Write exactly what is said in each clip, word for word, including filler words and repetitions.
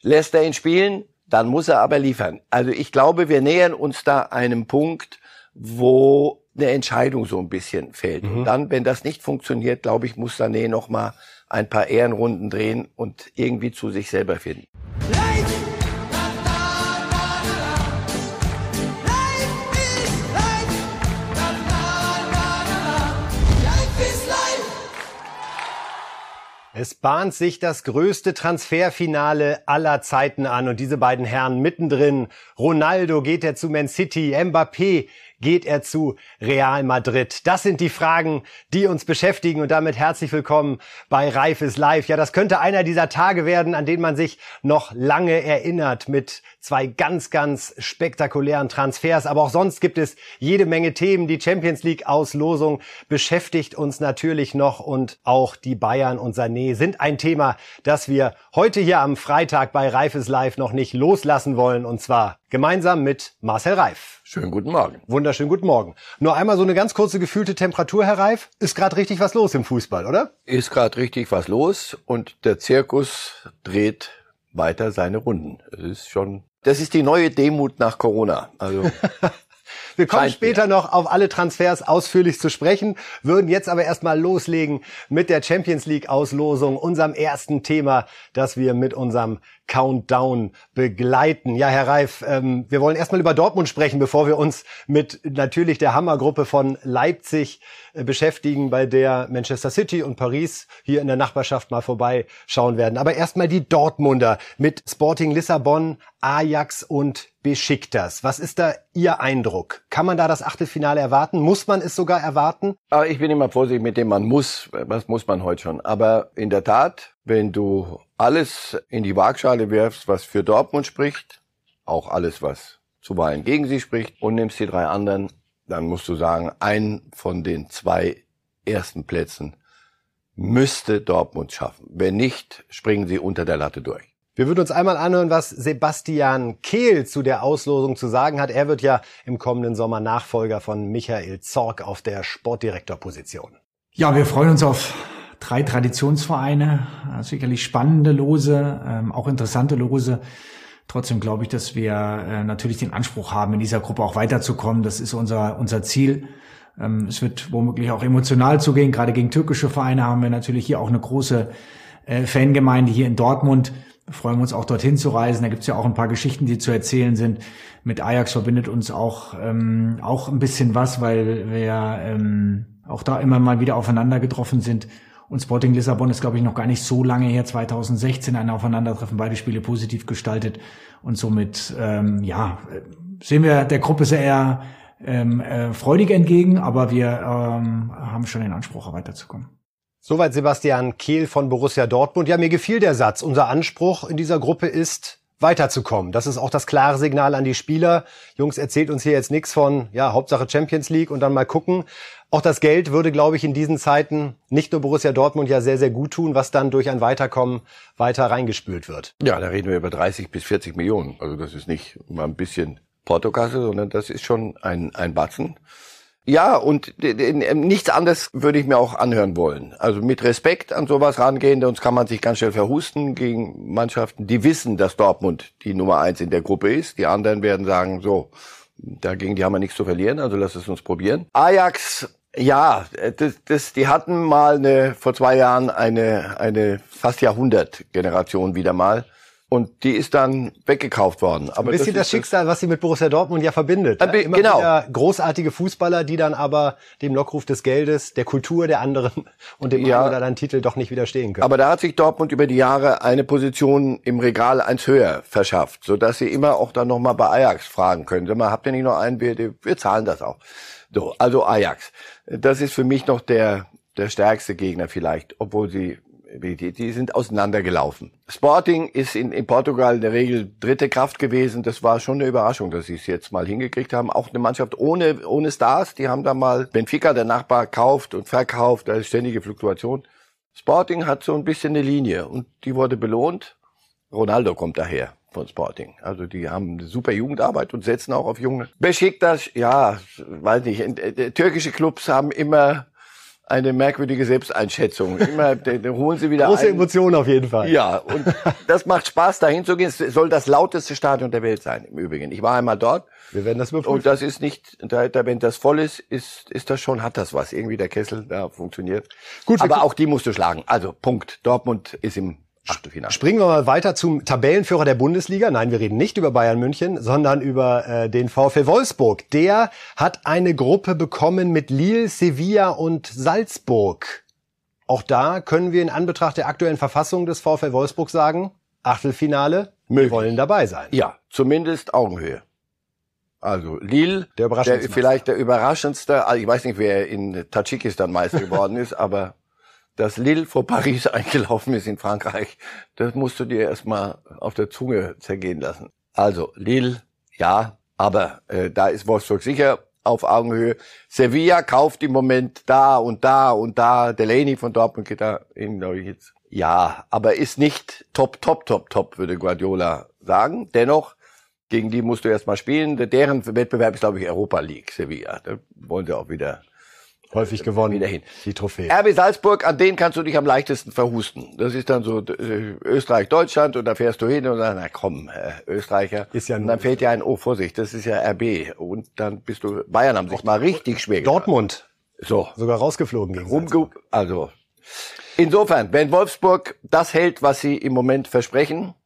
lässt er ihn spielen, dann muss er aber liefern. Also ich glaube, wir nähern uns da einem Punkt, wo eine Entscheidung so ein bisschen fehlt. Mhm. Und dann, wenn das nicht funktioniert, glaube ich, muss Sané noch mal ein paar Ehrenrunden drehen und irgendwie zu sich selber finden. Es bahnt sich das größte Transferfinale aller Zeiten an und diese beiden Herren mittendrin. Ronaldo geht er zu Man City, Mbappé geht er zu Real Madrid. Das sind die Fragen, die uns beschäftigen und damit herzlich willkommen bei Reif ist live. Ja, das könnte einer dieser Tage werden, an denen man sich noch lange erinnert mit zwei ganz, ganz spektakulären Transfers. Aber auch sonst gibt es jede Menge Themen. Die Champions League Auslosung beschäftigt uns natürlich noch und auch die Bayern und Sané sind ein Thema, das wir heute hier am Freitag bei Reif ist live noch nicht loslassen wollen und zwar gemeinsam mit Marcel Reif. Schönen guten Morgen. Wunderschönen guten Morgen. Nur einmal so eine ganz kurze gefühlte Temperatur, Herr Reif. Ist gerade richtig was los im Fußball, oder? Ist gerade richtig was los und der Zirkus dreht weiter seine Runden. Es ist schon, das ist die neue Demut nach Corona. Also wir kommen später noch auf alle Transfers ausführlich zu sprechen, würden jetzt aber erstmal loslegen mit der Champions League Auslosung, unserem ersten Thema, das wir mit unserem Countdown begleiten. Ja, Herr Reif, ähm, wir wollen erstmal über Dortmund sprechen, bevor wir uns mit natürlich der Hammergruppe von Leipzig äh, beschäftigen, bei der Manchester City und Paris hier in der Nachbarschaft mal vorbeischauen werden. Aber erstmal die Dortmunder mit Sporting Lissabon, Ajax und Besiktas. Was ist da Ihr Eindruck? Kann man da das Achtelfinale erwarten? Muss man es sogar erwarten? Aber ich bin immer vorsichtig mit dem man muss. Was muss man heute schon? Aber in der Tat, wenn du alles in die Waagschale wirfst, was für Dortmund spricht, auch alles, was zuweilen gegen sie spricht, und nimmst die drei anderen, dann musst du sagen, ein von den zwei ersten Plätzen müsste Dortmund schaffen. Wenn nicht, springen sie unter der Latte durch. Wir würden uns einmal anhören, was Sebastian Kehl zu der Auslosung zu sagen hat. Er wird ja im kommenden Sommer Nachfolger von Michael Zorc auf der Sportdirektorposition. Ja, wir freuen uns auf drei Traditionsvereine, sicherlich spannende Lose, ähm, auch interessante Lose. Trotzdem glaube ich, dass wir äh, natürlich den Anspruch haben, in dieser Gruppe auch weiterzukommen. Das ist unser unser Ziel. Ähm, es wird womöglich auch emotional zugehen. Gerade gegen türkische Vereine haben wir natürlich hier auch eine große äh, Fangemeinde hier in Dortmund. Wir freuen uns auch dorthin zu reisen. Da gibt's ja auch ein paar Geschichten, die zu erzählen sind. Mit Ajax verbindet uns auch ähm, auch ein bisschen was, weil wir ähm, auch da immer mal wieder aufeinander getroffen sind. Und Sporting Lissabon ist, glaube ich, noch gar nicht so lange her, zwanzig sechzehn, ein Aufeinandertreffen, beide Spiele positiv gestaltet. Und somit, ähm, ja, sehen wir der Gruppe sehr ähm, äh, freudig entgegen, aber wir ähm, haben schon den Anspruch, weiterzukommen. Soweit Sebastian Kehl von Borussia Dortmund. Ja, mir gefiel der Satz. Unser Anspruch in dieser Gruppe ist, weiterzukommen. Das ist auch das klare Signal an die Spieler. Jungs, erzählt uns hier jetzt nichts von, ja, Hauptsache Champions League und dann mal gucken. Auch das Geld würde, glaube ich, in diesen Zeiten nicht nur Borussia Dortmund ja sehr, sehr gut tun, was dann durch ein Weiterkommen weiter reingespült wird. Ja, da reden wir über dreißig bis vierzig Millionen. Also das ist nicht mal ein bisschen Portokasse, sondern das ist schon ein, ein Batzen. Ja, und nichts anderes würde ich mir auch anhören wollen. Also mit Respekt an sowas rangehen, sonst kann man sich ganz schnell verhusten gegen Mannschaften, die wissen, dass Dortmund die Nummer eins in der Gruppe ist. Die anderen werden sagen, so, dagegen die haben wir nichts zu verlieren, also lass es uns probieren. Ajax, ja, das, das, die hatten mal eine, vor zwei Jahren eine, eine fast Jahrhundert-Generation wieder mal. Und die ist dann weggekauft worden. Aber ein bisschen das, das Schicksal, was sie mit Borussia Dortmund ja verbindet. Äh, Immer genau. wieder großartige Fußballer, die dann aber dem Lockruf des Geldes, der Kultur der anderen und dem ja, einen oder anderen Titel doch nicht widerstehen können. Aber da hat sich Dortmund über die Jahre eine Position im Regal eins höher verschafft, sodass sie immer auch dann nochmal bei Ajax fragen können. Sag mal, habt ihr nicht noch einen? Wir, wir zahlen das auch. So, also Ajax. Das ist für mich noch der, der stärkste Gegner vielleicht, obwohl sie Die, die sind auseinandergelaufen. Sporting ist in, in Portugal in der Regel dritte Kraft gewesen. Das war schon eine Überraschung, dass sie es jetzt mal hingekriegt haben. Auch eine Mannschaft ohne ohne Stars. Die haben da mal Benfica, der Nachbar, kauft und verkauft. Da ist ständige Fluktuation. Sporting hat so ein bisschen eine Linie und die wurde belohnt. Ronaldo kommt daher von Sporting. Also die haben eine super Jugendarbeit und setzen auch auf Junge. Besiktas, ja, weiß nicht. Türkische Clubs haben immer eine merkwürdige Selbsteinschätzung. Immer, den, den holen sie wieder Große ein. Emotionen auf jeden Fall. Ja, und das macht Spaß, dahin zu gehen. Es soll das lauteste Stadion der Welt sein, im Übrigen. Ich war einmal dort. Wir werden das überprüfen. Und das ist nicht, da, da, wenn das voll ist, ist, ist das schon, hat das was. Irgendwie der Kessel da funktioniert. Gut, aber auch die musst du schlagen. Also, Punkt. Dortmund ist im Achtelfinale. Springen wir mal weiter zum Tabellenführer der Bundesliga. Nein, wir reden nicht über Bayern München, sondern über äh, den VfL Wolfsburg. Der hat eine Gruppe bekommen mit Lille, Sevilla und Salzburg. Auch da können wir in Anbetracht der aktuellen Verfassung des VfL Wolfsburg sagen, Achtelfinale, wir wollen dabei sein. Ja, zumindest Augenhöhe. Also Lille, der, der vielleicht der überraschendste, also ich weiß nicht, wer in Tadschikistan Meister geworden ist, aber dass Lille vor Paris eingelaufen ist in Frankreich, das musst du dir erstmal auf der Zunge zergehen lassen. Also Lille, ja, aber äh, da ist Wolfsburg sicher auf Augenhöhe. Sevilla kauft im Moment da und da und da. Delaney von Dortmund geht da hin, glaube ich jetzt. Ja, aber ist nicht top, top, top, top, würde Guardiola sagen. Dennoch, gegen die musst du erstmal spielen. Deren Wettbewerb ist, glaube ich, Europa League, Sevilla. Da wollen sie auch wieder häufig gewonnen, wieder hin. Die Trophäe. R B Salzburg, an denen kannst du dich am leichtesten verhusten. Das ist dann so äh, Österreich, Deutschland und da fährst du hin und dann, na komm, äh, Österreicher. Ist ja und dann fällt dir ein, oh Vorsicht, das ist ja R B. Und dann bist du, Bayern haben sich mal richtig schwer gemacht. Dortmund. So. Sogar rausgeflogen gegen Rumge Also, insofern, wenn Wolfsburg das hält, was sie im Moment versprechen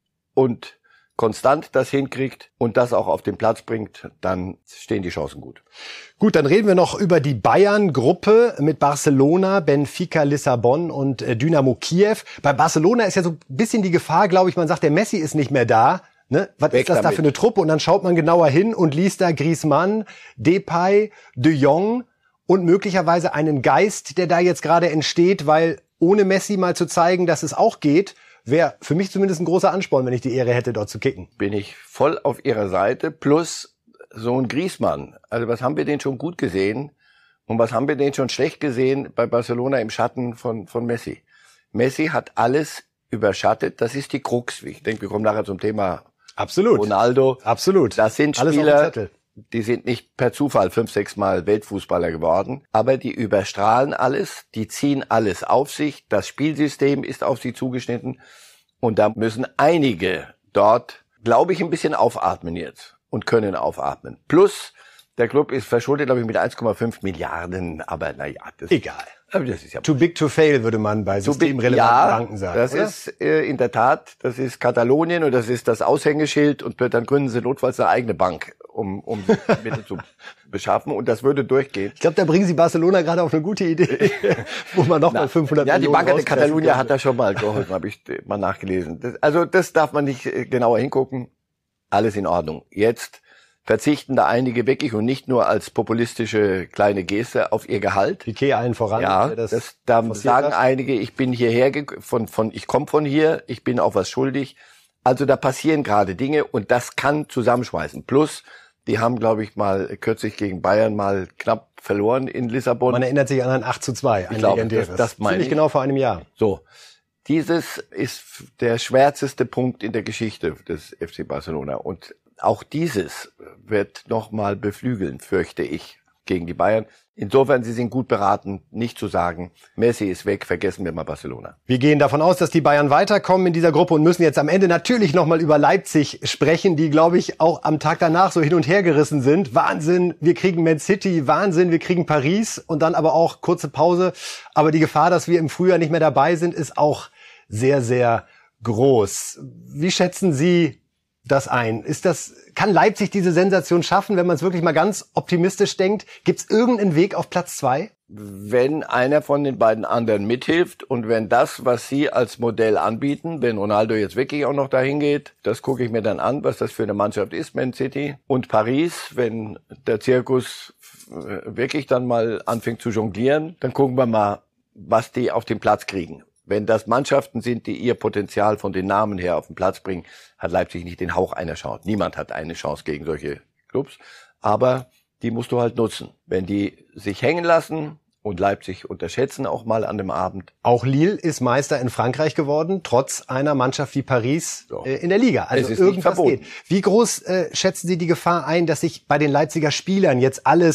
und konstant das hinkriegt und das auch auf den Platz bringt, dann stehen die Chancen gut. Gut, dann reden wir noch über die Bayern-Gruppe mit Barcelona, Benfica Lissabon und äh, Dynamo Kiew. Bei Barcelona ist ja so ein bisschen die Gefahr, glaube ich, man sagt, der Messi ist nicht mehr da. Ne? Was Weg ist das damit. da für eine Truppe? Und dann schaut man genauer hin und liest da Griezmann, Depay, De Jong und möglicherweise einen Geist, der da jetzt gerade entsteht, weil ohne Messi mal zu zeigen, dass es auch geht, wäre für mich zumindest ein großer Ansporn, wenn ich die Ehre hätte, dort zu kicken. Bin ich voll auf ihrer Seite, plus so ein Griezmann. Also was haben wir den schon gut gesehen und was haben wir den schon schlecht gesehen bei Barcelona im Schatten von von Messi. Messi hat alles überschattet, das ist die Krux. Ich denke, wir kommen nachher zum Thema Absolut. Ronaldo. Absolut. Das sind alles Spieler, die sind nicht per Zufall fünf, sechs Mal Weltfußballer geworden, aber die überstrahlen alles, die ziehen alles auf sich, das Spielsystem ist auf sie zugeschnitten und da müssen einige dort, glaube ich, ein bisschen aufatmen jetzt und können aufatmen. Plus, der Club ist verschuldet, glaube ich, mit eins Komma fünf Milliarden, aber naja, das egal. Aber das ist ja Too big to fail, würde man bei systemrelevanten ja, Banken sagen. Das oder? ist äh, in der Tat, das ist Katalonien und das ist das Aushängeschild und dann gründen sie notfalls eine eigene Bank, um, um Mittel zu beschaffen und das würde durchgehen. Ich glaube, da bringen sie Barcelona gerade auf eine gute Idee, wo man nochmal fünfhundert Ja, die Millionen Bank de Catalunya könnte. hat da schon mal geholfen, habe ich mal nachgelesen. Das, also das darf man nicht äh, genauer hingucken. Alles in Ordnung. Jetzt verzichten da einige wirklich und nicht nur als populistische kleine Geste auf ihr Gehalt. Piquet allen voran. Ja, das, das, da sagen hat. einige, ich bin hierher, von, von, ich komme von hier, ich bin auch was schuldig. Also da passieren gerade Dinge und das kann zusammenschmeißen. Plus, die haben, glaube ich, mal kürzlich gegen Bayern mal knapp verloren in Lissabon. Man erinnert sich an ein acht zu zwei, ein ich glaube, legendäres. das, das meine Ziemlich ich. genau vor einem Jahr. So. Dieses ist der schwärzeste Punkt in der Geschichte des F C Barcelona und auch dieses wird nochmal beflügeln, fürchte ich, gegen die Bayern. Insofern, sie sind gut beraten, nicht zu sagen, Messi ist weg, vergessen wir mal Barcelona. Wir gehen davon aus, dass die Bayern weiterkommen in dieser Gruppe und müssen jetzt am Ende natürlich nochmal über Leipzig sprechen, die, glaube ich, auch am Tag danach so hin und her gerissen sind. Wahnsinn, wir kriegen Man City, Wahnsinn, wir kriegen Paris und dann aber auch kurze Pause. Aber die Gefahr, dass wir im Frühjahr nicht mehr dabei sind, ist auch sehr, sehr groß. Wie schätzen Sie das ein? Ist das, kann Leipzig diese Sensation schaffen, wenn man es wirklich mal ganz optimistisch denkt? Gibt es irgendeinen Weg auf Platz zwei? Wenn einer von den beiden anderen mithilft und wenn das, was sie als Modell anbieten, wenn Ronaldo jetzt wirklich auch noch dahin geht, das gucke ich mir dann an, was das für eine Mannschaft ist, Man City. Und Paris, wenn der Zirkus wirklich dann mal anfängt zu jonglieren, dann gucken wir mal, was die auf den Platz kriegen. Wenn das Mannschaften sind, die ihr Potenzial von den Namen her auf den Platz bringen, hat Leipzig nicht den Hauch einer Chance. Niemand hat eine Chance gegen solche Clubs. Aber die musst du halt nutzen. Wenn die sich hängen lassen und Leipzig unterschätzen auch mal an dem Abend. Auch Lille ist Meister in Frankreich geworden, trotz einer Mannschaft wie Paris So. äh, in der Liga. Also Es ist irgendwas nicht verboten. geht. Wie groß äh, schätzen Sie die Gefahr ein, dass sich bei den Leipziger Spielern jetzt alles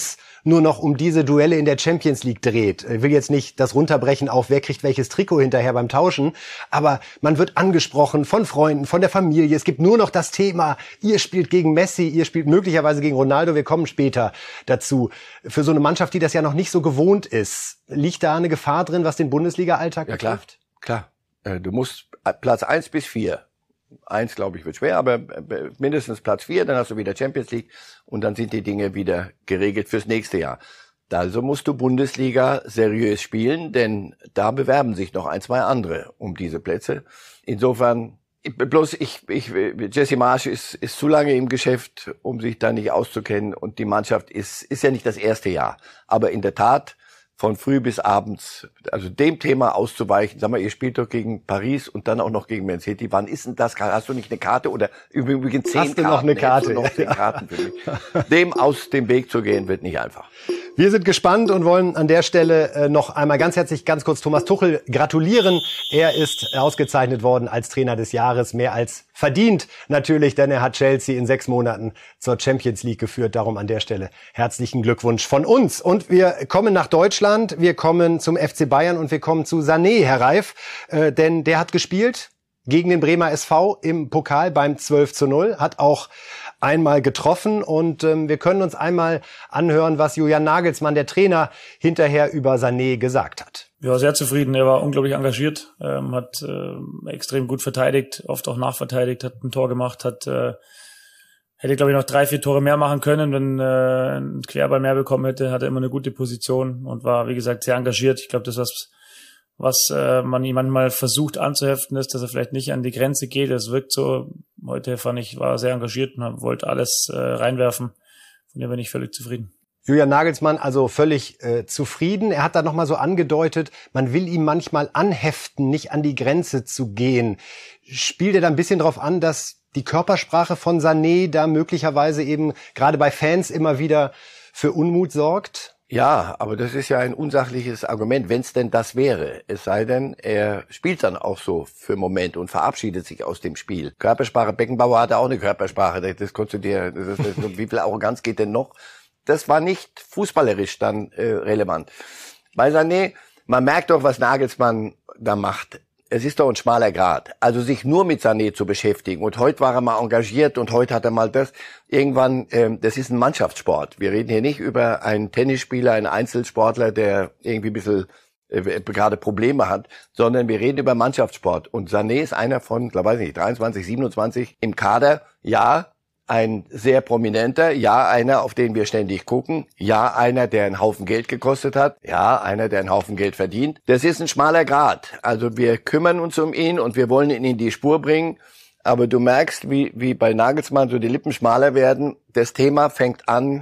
nur noch um diese Duelle in der Champions League dreht. Ich will jetzt nicht das runterbrechen auf, wer kriegt welches Trikot hinterher beim Tauschen, aber man wird angesprochen von Freunden, von der Familie. Es gibt nur noch das Thema, ihr spielt gegen Messi, ihr spielt möglicherweise gegen Ronaldo, wir kommen später dazu. Für so eine Mannschaft, die das ja noch nicht so gewohnt ist, liegt da eine Gefahr drin, was den Bundesliga-Alltag ja, betrifft? Klar, klar. Du musst Platz eins bis vier. Eins, glaube ich, wird schwer, aber mindestens Platz vier, dann hast du wieder Champions League und dann sind die Dinge wieder geregelt fürs nächste Jahr. Also musst du Bundesliga seriös spielen, denn da bewerben sich noch ein, zwei andere um diese Plätze. Insofern, bloß ich, ich, Jesse Marsch ist, ist zu lange im Geschäft, um sich da nicht auszukennen und die Mannschaft ist, ist ja nicht das erste Jahr. Aber in der Tat, von früh bis abends, also dem Thema auszuweichen. Sag mal, ihr spielt doch gegen Paris und dann auch noch gegen Man City. Wann ist denn das? Hast du nicht eine Karte oder übrigens zehn Hast du Karten? noch eine Karte? Hast du noch zehn Karten für mich? Dem aus dem Weg zu gehen, wird nicht einfach. Wir sind gespannt und wollen an der Stelle äh, noch einmal ganz herzlich, ganz kurz Thomas Tuchel gratulieren. Er ist ausgezeichnet worden als Trainer des Jahres, mehr als verdient natürlich, denn er hat Chelsea in sechs Monaten zur Champions League geführt. Darum an der Stelle herzlichen Glückwunsch von uns. Und wir kommen nach Deutschland, wir kommen zum F C Bayern und wir kommen zu Sané, Herr Reif, äh, denn der hat gespielt gegen den Bremer S V im Pokal beim zwölf zu null, hat auch einmal getroffen und ähm, wir können uns einmal anhören, was Julian Nagelsmann, der Trainer, hinterher über Sané gesagt hat. Ja, sehr zufrieden. Er war unglaublich engagiert, ähm, hat äh, extrem gut verteidigt, oft auch nachverteidigt, hat ein Tor gemacht, hat äh, hätte, glaube ich, noch drei, vier Tore mehr machen können, wenn äh, ein Querball mehr bekommen hätte, hatte immer eine gute Position und war, wie gesagt, sehr engagiert. Ich glaube, das, was was äh, man ihm manchmal versucht anzuheften, ist, dass er vielleicht nicht an die Grenze geht. Es wirkt so. Heute fand ich, war er sehr engagiert und wollte alles äh, reinwerfen. Von dem bin ich völlig zufrieden. Julian Nagelsmann also völlig äh, zufrieden. Er hat da nochmal so angedeutet, man will ihm manchmal anheften, nicht an die Grenze zu gehen. Spielt er da ein bisschen drauf an, dass die Körpersprache von Sané da möglicherweise eben gerade bei Fans immer wieder für Unmut sorgt? Ja, aber das ist ja ein unsachliches Argument, wenn es denn das wäre. Es sei denn, er spielt dann auch so für einen Moment und verabschiedet sich aus dem Spiel. Körpersprache, Beckenbauer hatte auch eine Körpersprache. Das, das konntest du dir, das ist, das, wie viel Arroganz geht denn noch? Das war nicht fußballerisch dann äh, relevant. Bei Sané, man merkt doch, was Nagelsmann da macht. Es ist doch ein schmaler Grat. Also sich nur mit Sané zu beschäftigen. Und heute war er mal engagiert und heute hat er mal das. Irgendwann, ähm, das ist ein Mannschaftssport. Wir reden hier nicht über einen Tennisspieler, einen Einzelsportler, der irgendwie ein bisschen äh, gerade Probleme hat, sondern wir reden über Mannschaftssport. Und Sané ist einer von, glaube ich nicht, dreiundzwanzig, siebenundzwanzig im Kader. Ja, ein sehr prominenter, ja, einer, auf den wir ständig gucken, ja, einer, der einen Haufen Geld gekostet hat, ja, einer, der einen Haufen Geld verdient. Das ist ein schmaler Grat. Also wir kümmern uns um ihn und wir wollen ihn in die Spur bringen. Aber du merkst, wie, wie bei Nagelsmann so die Lippen schmaler werden. Das Thema fängt an,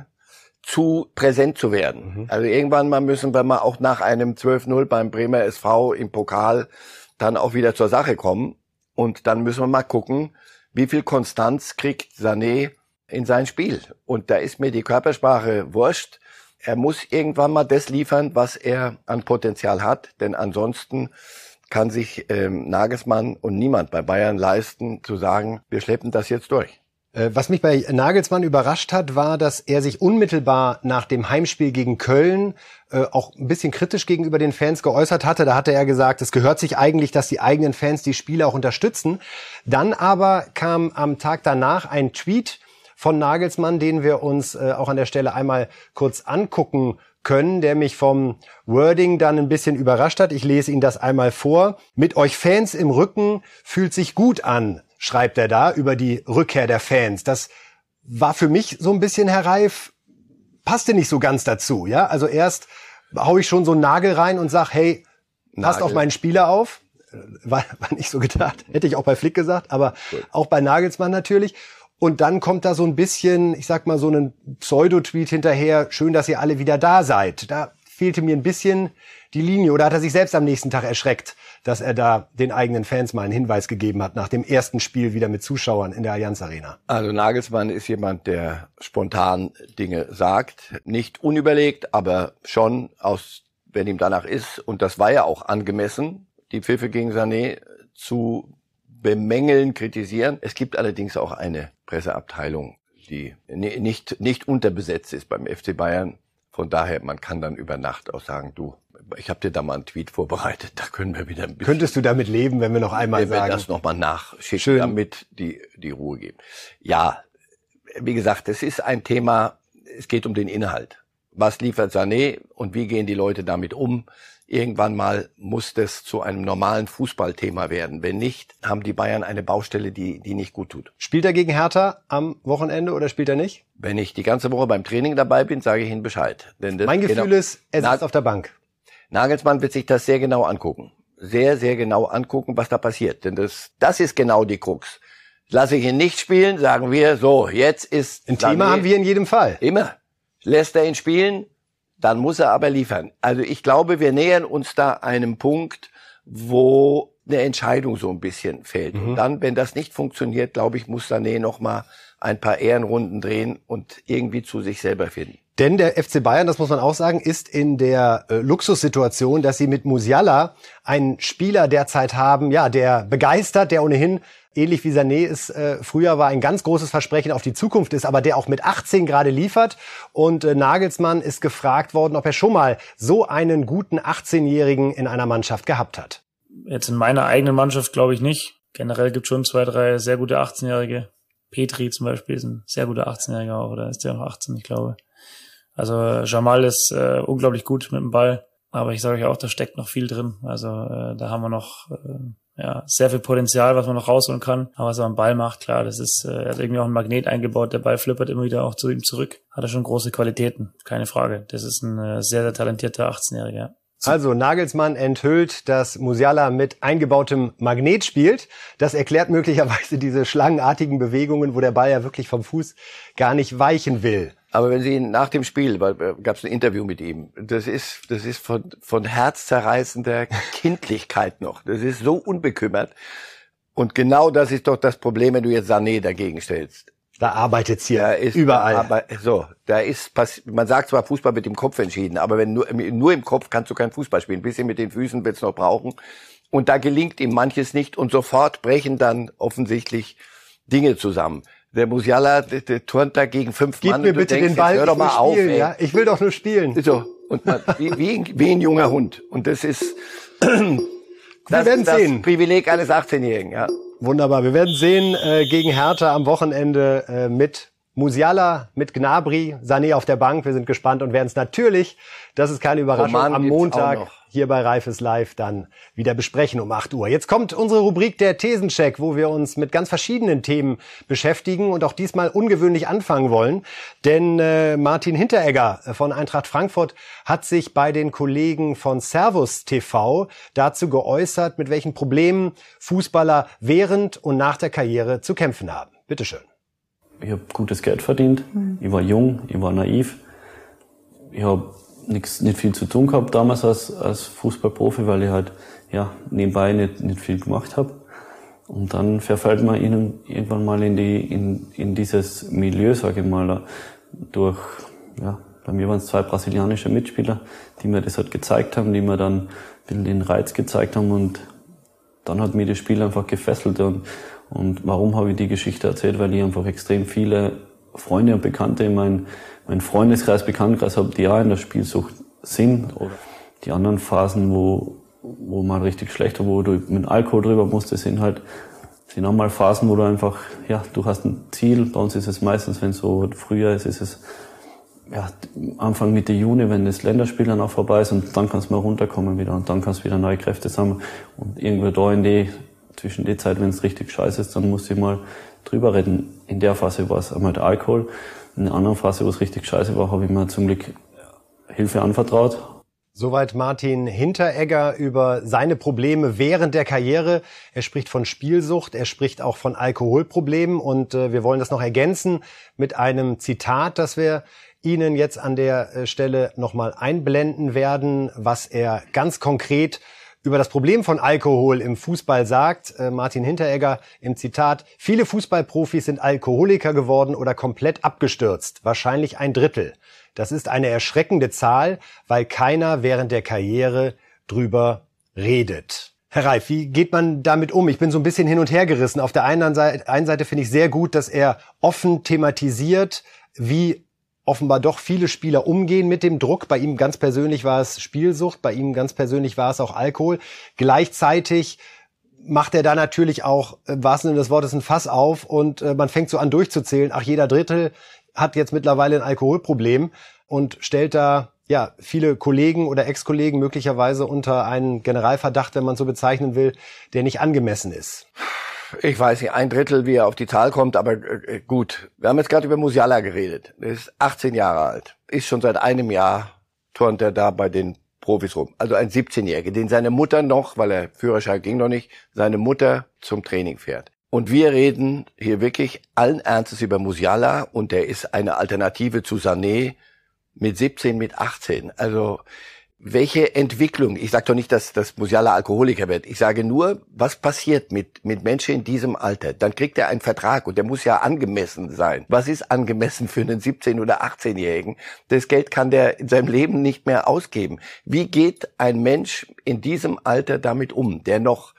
zu präsent zu werden. Mhm. Also irgendwann mal müssen wir mal auch nach einem zwölf null beim Bremer S V im Pokal dann auch wieder zur Sache kommen. Und dann müssen wir mal gucken, wie viel Konstanz kriegt Sané in sein Spiel? Und da ist mir die Körpersprache wurscht. Er muss irgendwann mal das liefern, was er an Potenzial hat. Denn ansonsten kann sich ähm, Nagelsmann und niemand bei Bayern leisten, zu sagen, wir schleppen das jetzt durch. Was mich bei Nagelsmann überrascht hat, war, dass er sich unmittelbar nach dem Heimspiel gegen Köln äh, auch ein bisschen kritisch gegenüber den Fans geäußert hatte. Da hatte er gesagt, es gehört sich eigentlich, dass die eigenen Fans die Spieler auch unterstützen. Dann aber kam am Tag danach ein Tweet von Nagelsmann, den wir uns äh, auch an der Stelle einmal kurz angucken können, der mich vom Wording dann ein bisschen überrascht hat. Ich lese Ihnen das einmal vor. Mit euch Fans im Rücken fühlt sich gut an, schreibt er da über die Rückkehr der Fans. Das war für mich so ein bisschen, Herr Reif, passte nicht so ganz dazu. Ja, also erst hau ich schon so einen Nagel rein und sag, hey, passt auf meinen Spieler auf. War, war nicht so gedacht, hätte ich auch bei Flick gesagt, aber Gut. auch bei Nagelsmann natürlich. Und dann kommt da so ein bisschen, ich sag mal, so ein Pseudo-Tweet hinterher, schön, dass ihr alle wieder da seid. Da fehlte mir ein bisschen die Linie. Oder hat er sich selbst am nächsten Tag erschreckt, dass er da den eigenen Fans mal einen Hinweis gegeben hat, nach dem ersten Spiel wieder mit Zuschauern in der Allianz Arena? Also Nagelsmann ist jemand, der spontan Dinge sagt. Nicht unüberlegt, aber schon aus, wenn ihm danach ist. Und das war ja auch angemessen, die Pfiffe gegen Sané zu bemängeln, kritisieren. Es gibt allerdings auch eine Presseabteilung, die nicht, nicht unterbesetzt ist beim F C Bayern Von daher, man kann dann über Nacht auch sagen, du, ich habe dir da mal einen Tweet vorbereitet, da können wir wieder ein bisschen... Könntest du damit leben, wenn wir noch einmal wenn sagen? wir das nochmal nachschicken, Schön. Damit die, die Ruhe geben. Ja, wie gesagt, es ist ein Thema, es geht um den Inhalt. Was liefert Sané und wie gehen die Leute damit um? Irgendwann mal muss das zu einem normalen Fußballthema werden. Wenn nicht, haben die Bayern eine Baustelle, die, die nicht gut tut. Spielt er gegen Hertha am Wochenende oder spielt er nicht? Wenn ich die ganze Woche beim Training dabei bin, sage ich Ihnen Bescheid. Denn das Mein Gefühl genau, ist, er sitzt Nag- auf der Bank. Nagelsmann wird sich das sehr genau angucken. Sehr, sehr genau angucken, was da passiert. Denn das, das ist genau die Krux. Lasse ich ihn nicht spielen, sagen wir, so, jetzt ist... Ein Thema haben wir in jedem Fall. Immer. Lässt er ihn spielen, dann muss er aber liefern. Also ich glaube, wir nähern uns da einem Punkt, wo eine Entscheidung so ein bisschen fehlt. Mhm. Und dann, wenn das nicht funktioniert, glaube ich, muss Sané noch mal ein paar Ehrenrunden drehen und irgendwie zu sich selber finden. Denn der F C Bayern, das muss man auch sagen, ist in der äh, Luxussituation, dass sie mit Musiala einen Spieler derzeit haben, ja, der begeistert, der ohnehin ähnlich wie Sané es äh, früher war, ein ganz großes Versprechen auf die Zukunft ist, aber der auch mit achtzehn gerade liefert. Und äh, Nagelsmann ist gefragt worden, ob er schon mal so einen guten achtzehnjährigen in einer Mannschaft gehabt hat. Jetzt in meiner eigenen Mannschaft glaube ich nicht. Generell gibt es schon zwei, drei sehr gute achtzehnjährige. Petri zum Beispiel ist ein sehr guter achtzehnjähriger auch, oder ist der noch achtzehn, ich glaube. Also Jamal ist äh, unglaublich gut mit dem Ball, aber ich sage euch auch, da steckt noch viel drin. Also äh, da haben wir noch äh, ja sehr viel Potenzial, was man noch rausholen kann. Aber was er am Ball macht, klar, das ist, äh, er hat irgendwie auch einen Magnet eingebaut, der Ball flippert immer wieder auch zu ihm zurück. Hat er schon große Qualitäten, keine Frage. Das ist ein äh, sehr, sehr talentierter achtzehnjähriger. Also Nagelsmann enthüllt, dass Musiala mit eingebautem Magnet spielt. Das erklärt möglicherweise diese schlangenartigen Bewegungen, wo der Ball ja wirklich vom Fuß gar nicht weichen will. Aber wenn Sie ihn nach dem Spiel, weil äh, gab es ein Interview mit ihm, das ist das ist von von herzzerreißender Kindlichkeit noch. Das ist so unbekümmert. Und genau das ist doch das Problem, wenn du jetzt Sané dagegen stellst. Da arbeitet's hier Da ist, überall. Aber so, da ist man sagt zwar Fußball mit dem Kopf entschieden, aber wenn nur nur im Kopf kannst du kein Fußball spielen. Ein bisschen mit den Füßen wird's noch brauchen. Und da gelingt ihm manches nicht und sofort brechen dann offensichtlich Dinge zusammen. Der Musiala, der, der turnt da gegen fünf Gib Mann. mir und du bitte denkst, den Ball, jetzt hör doch ich will mal auf, spielen. ey. Ja? Ich will doch nur spielen. So, und man, wie, wie, wie ein junger Hund. Und das ist das, Wir werden das sehen. Privileg eines achtzehnjährigen. Ja. Wunderbar. Wir werden sehen äh, gegen Hertha am Wochenende äh, mit Musiala, mit Gnabry, Sané auf der Bank. Wir sind gespannt und werden es natürlich, das ist keine Überraschung, Roman am gibt's auch Montag noch. hier bei Reifes Live dann wieder besprechen um acht Uhr. Jetzt kommt unsere Rubrik der Thesencheck, wo wir uns mit ganz verschiedenen Themen beschäftigen und auch diesmal ungewöhnlich anfangen wollen. Denn äh, Martin Hinteregger von Eintracht Frankfurt hat sich bei den Kollegen von Servus T V dazu geäußert, mit welchen Problemen Fußballer während und nach der Karriere zu kämpfen haben. Bitteschön. Ich habe gutes Geld verdient. Mhm. Ich war jung, ich war naiv. Ich habe nichts, nicht viel zu tun gehabt damals als, als Fußballprofi, weil ich halt ja nebenbei nicht, nicht viel gemacht habe. Und dann verfällt man ihnen irgendwann mal in die in, in dieses Milieu, sage ich mal, durch ja bei mir waren es zwei brasilianische Mitspieler, die mir das halt gezeigt haben, die mir dann ein bisschen den Reiz gezeigt haben und dann hat mir das Spiel einfach gefesselt und Und warum habe ich die Geschichte erzählt? Weil ich einfach extrem viele Freunde und Bekannte in meinem mein Freundeskreis, Bekanntenkreis habe, die auch in der Spielsucht sind. Oder die anderen Phasen, wo wo man richtig schlecht war, wo du mit Alkohol drüber musst, das sind halt sind auch mal Phasen, wo du einfach, ja, du hast ein Ziel. Bei uns ist es meistens, wenn es so früher ist, ist es ja, Anfang Mitte Juni, wenn das Länderspiel dann auch vorbei ist und dann kannst du mal runterkommen wieder und dann kannst du wieder neue Kräfte sammeln. Und irgendwo da in die zwischen der Zeit, wenn es richtig scheiße ist, dann muss ich mal drüber reden. In der Phase war es einmal der Alkohol. In der anderen Phase, wo es richtig scheiße war, habe ich mir zum Glück Hilfe anvertraut. Soweit Martin Hinteregger über seine Probleme während der Karriere. Er spricht von Spielsucht, er spricht auch von Alkoholproblemen und äh, wir wollen das noch ergänzen mit einem Zitat, das wir Ihnen jetzt an der äh, Stelle nochmal einblenden werden, was er ganz konkret über das Problem von Alkohol im Fußball sagt. Äh, Martin Hinteregger im Zitat: Viele Fußballprofis sind Alkoholiker geworden oder komplett abgestürzt. Wahrscheinlich ein Drittel. Das ist eine erschreckende Zahl, weil keiner während der Karriere drüber redet. Herr Reif, wie geht man damit um? Ich bin so ein bisschen hin und her gerissen. Auf der einen Seite, einen Seite finde ich sehr gut, dass er offen thematisiert, wie offenbar doch viele Spieler umgehen mit dem Druck. Bei ihm ganz persönlich war es Spielsucht, bei ihm ganz persönlich war es auch Alkohol. Gleichzeitig macht er da natürlich auch, im wahrsten Sinne des Wortes, ein Fass auf und äh, man fängt so an durchzuzählen. Ach, jeder Drittel hat jetzt mittlerweile ein Alkoholproblem und stellt da ja viele Kollegen oder Ex-Kollegen möglicherweise unter einen Generalverdacht, wenn man so bezeichnen will, der nicht angemessen ist. Ich weiß nicht, ein Drittel, wie er auf die Zahl kommt, aber äh, gut. Wir haben jetzt gerade über Musiala geredet. Er ist achtzehn Jahre alt. Ist schon seit einem Jahr, turnt er da bei den Profis rum. Also ein siebzehnjähriger, den seine Mutter noch, weil der Führerschein ging noch nicht, seine Mutter zum Training fährt. Und wir reden hier wirklich allen Ernstes über Musiala und der ist eine Alternative zu Sané mit siebzehn, mit achtzehn. Also welche Entwicklung, ich sage doch nicht, dass, dass Musiala Alkoholiker wird, ich sage nur, was passiert mit, mit Menschen in diesem Alter? Dann kriegt er einen Vertrag und der muss ja angemessen sein. Was ist angemessen für einen siebzehn- oder achtzehnjährigen? Das Geld kann der in seinem Leben nicht mehr ausgeben. Wie geht ein Mensch in diesem Alter damit um, der noch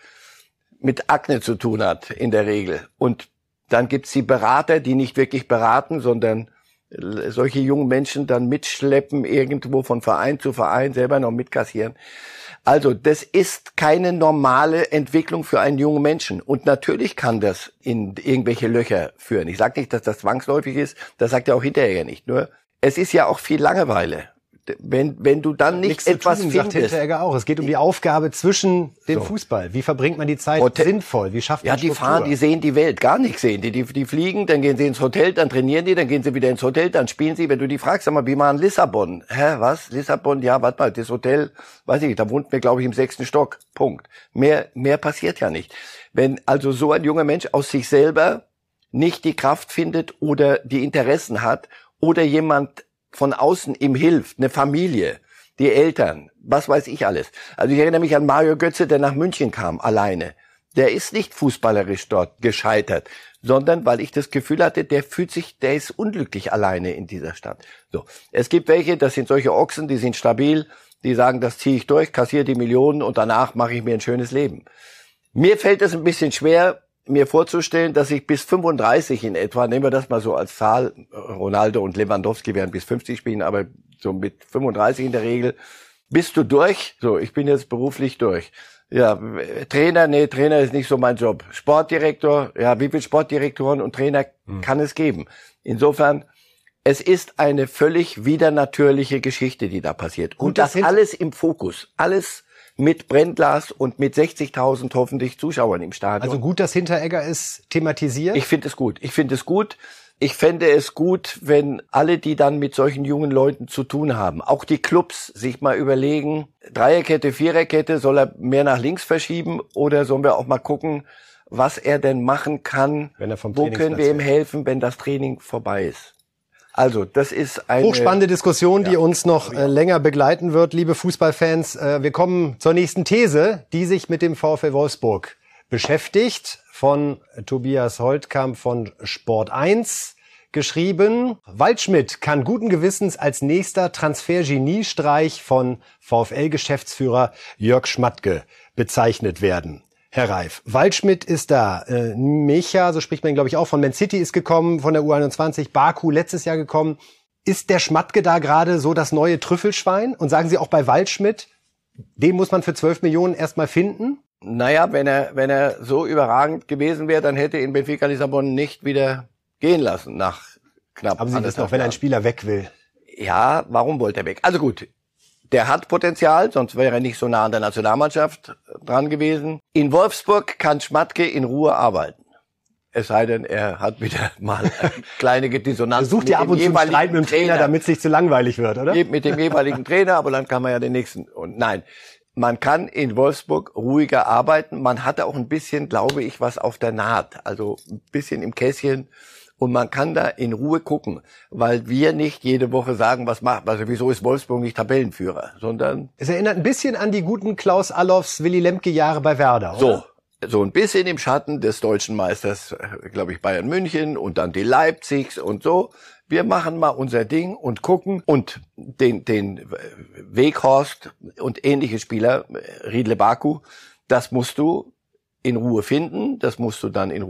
mit Akne zu tun hat in der Regel? Und dann gibt's die Berater, die nicht wirklich beraten, sondern solche jungen Menschen dann mitschleppen, irgendwo von Verein zu Verein, selber noch mitkassieren. Also das ist keine normale Entwicklung für einen jungen Menschen. Und natürlich kann das in irgendwelche Löcher führen. Ich sage nicht, dass das zwangsläufig ist, das sagt er auch hinterher nicht. Nur es ist ja auch viel Langeweile. Wenn, wenn du dann nicht Nichts etwas tun, findest. sagt Hinteregger auch. Es geht um die Aufgabe zwischen dem So. Fußball. Wie verbringt man die Zeit Hotel- sinnvoll? Wie schafft man Ja, die Struktur? fahren, die sehen die Welt. Gar nicht sehen die. Die, die fliegen, dann gehen sie ins Hotel, dann trainieren die, dann gehen sie wieder ins Hotel, dann spielen sie. Wenn du die fragst, sag mal, wie machen Lissabon? Hä, was? Lissabon? Ja, warte mal, das Hotel, weiß ich nicht, da wohnt mir, glaube ich, im sechsten Stock. Punkt. Mehr, mehr passiert ja nicht. Wenn also so ein junger Mensch aus sich selber nicht die Kraft findet oder die Interessen hat oder jemand von außen ihm hilft, eine Familie, die Eltern, was weiß ich alles. Also ich erinnere mich an Mario Götze, der nach München kam, alleine. Der ist nicht fußballerisch dort gescheitert, sondern weil ich das Gefühl hatte, der fühlt sich, der ist unglücklich alleine in dieser Stadt. So, es gibt welche, das sind solche Ochsen, die sind stabil, die sagen, das ziehe ich durch, kassiere die Millionen und danach mache ich mir ein schönes Leben. Mir fällt es ein bisschen schwer, mir vorzustellen, dass ich bis fünfunddreißig in etwa, nehmen wir das mal so als Zahl, Ronaldo und Lewandowski werden bis fünfzig spielen, aber so mit fünfunddreißig in der Regel, bist du durch? So, ich bin jetzt beruflich durch. Ja, Trainer, nee, Trainer ist nicht so mein Job. Sportdirektor, ja, wie viele Sportdirektoren und Trainer hm. kann es geben? Insofern, es ist eine völlig widernatürliche Geschichte, die da passiert. Und, und das, das alles im Fokus, alles mit Brennglas und mit sechzigtausend hoffentlich Zuschauern im Stadion. Also gut, dass Hinteregger es thematisiert? Ich finde es gut. Ich finde es gut. Ich fände es gut, wenn alle, die dann mit solchen jungen Leuten zu tun haben, auch die Clubs sich mal überlegen, Dreierkette, Viererkette, soll er mehr nach links verschieben oder sollen wir auch mal gucken, was er denn machen kann, wenn er vom wo können wir ihm helfen, wenn das Training vorbei ist. Also, das ist eine hochspannende Diskussion, die ja. uns noch äh, länger begleiten wird, liebe Fußballfans. Äh, wir kommen zur nächsten These, die sich mit dem VfL Wolfsburg beschäftigt, von Tobias Holtkamp von Sport eins geschrieben. Waldschmidt kann guten Gewissens als nächster Transfer-Geniestreich von VfL-Geschäftsführer Jörg Schmatke bezeichnet werden. Herr Reif, Waldschmidt ist da, äh, Micha, so spricht man ihn, glaube ich, auch, von Man City ist gekommen, von der U einundzwanzig, Baku letztes Jahr gekommen. Ist der Schmatke da gerade so das neue Trüffelschwein? Und sagen Sie auch bei Waldschmidt, den muss man für zwölf Millionen erstmal finden? Naja, wenn er, wenn er so überragend gewesen wäre, dann hätte ihn Benfica Lissabon nicht wieder gehen lassen nach knapp. Aber Sie wissen auch, wenn ein Spieler weg will. Ja, warum wollte er weg? Also gut, der hat Potenzial, sonst wäre er nicht so nah an der Nationalmannschaft dran gewesen. In Wolfsburg kann Schmatke in Ruhe arbeiten. Es sei denn, er hat wieder mal kleine Dissonanzen. Er sucht ja ab und zu einen Streit mit dem Trainer, Trainer, damit es nicht zu langweilig wird, oder? Mit dem jeweiligen Trainer, aber dann kann man ja den nächsten. Und nein, man kann in Wolfsburg ruhiger arbeiten. Man hatte auch ein bisschen, glaube ich, was auf der Naht. Also ein bisschen im Kästchen. Und man kann da in Ruhe gucken, weil wir nicht jede Woche sagen, was macht, also wieso ist Wolfsburg nicht Tabellenführer, sondern... Es erinnert ein bisschen an die guten Klaus Allofs, Willy Lemke-Jahre bei Werder, oder? So. So ein bisschen im Schatten des deutschen Meisters, glaube ich, Bayern München und dann die Leipzigs und so. Wir machen mal unser Ding und gucken und den, den Weghorst und ähnliche Spieler, Riedle Baku, das musst du in Ruhe finden, das musst du dann in Ruhe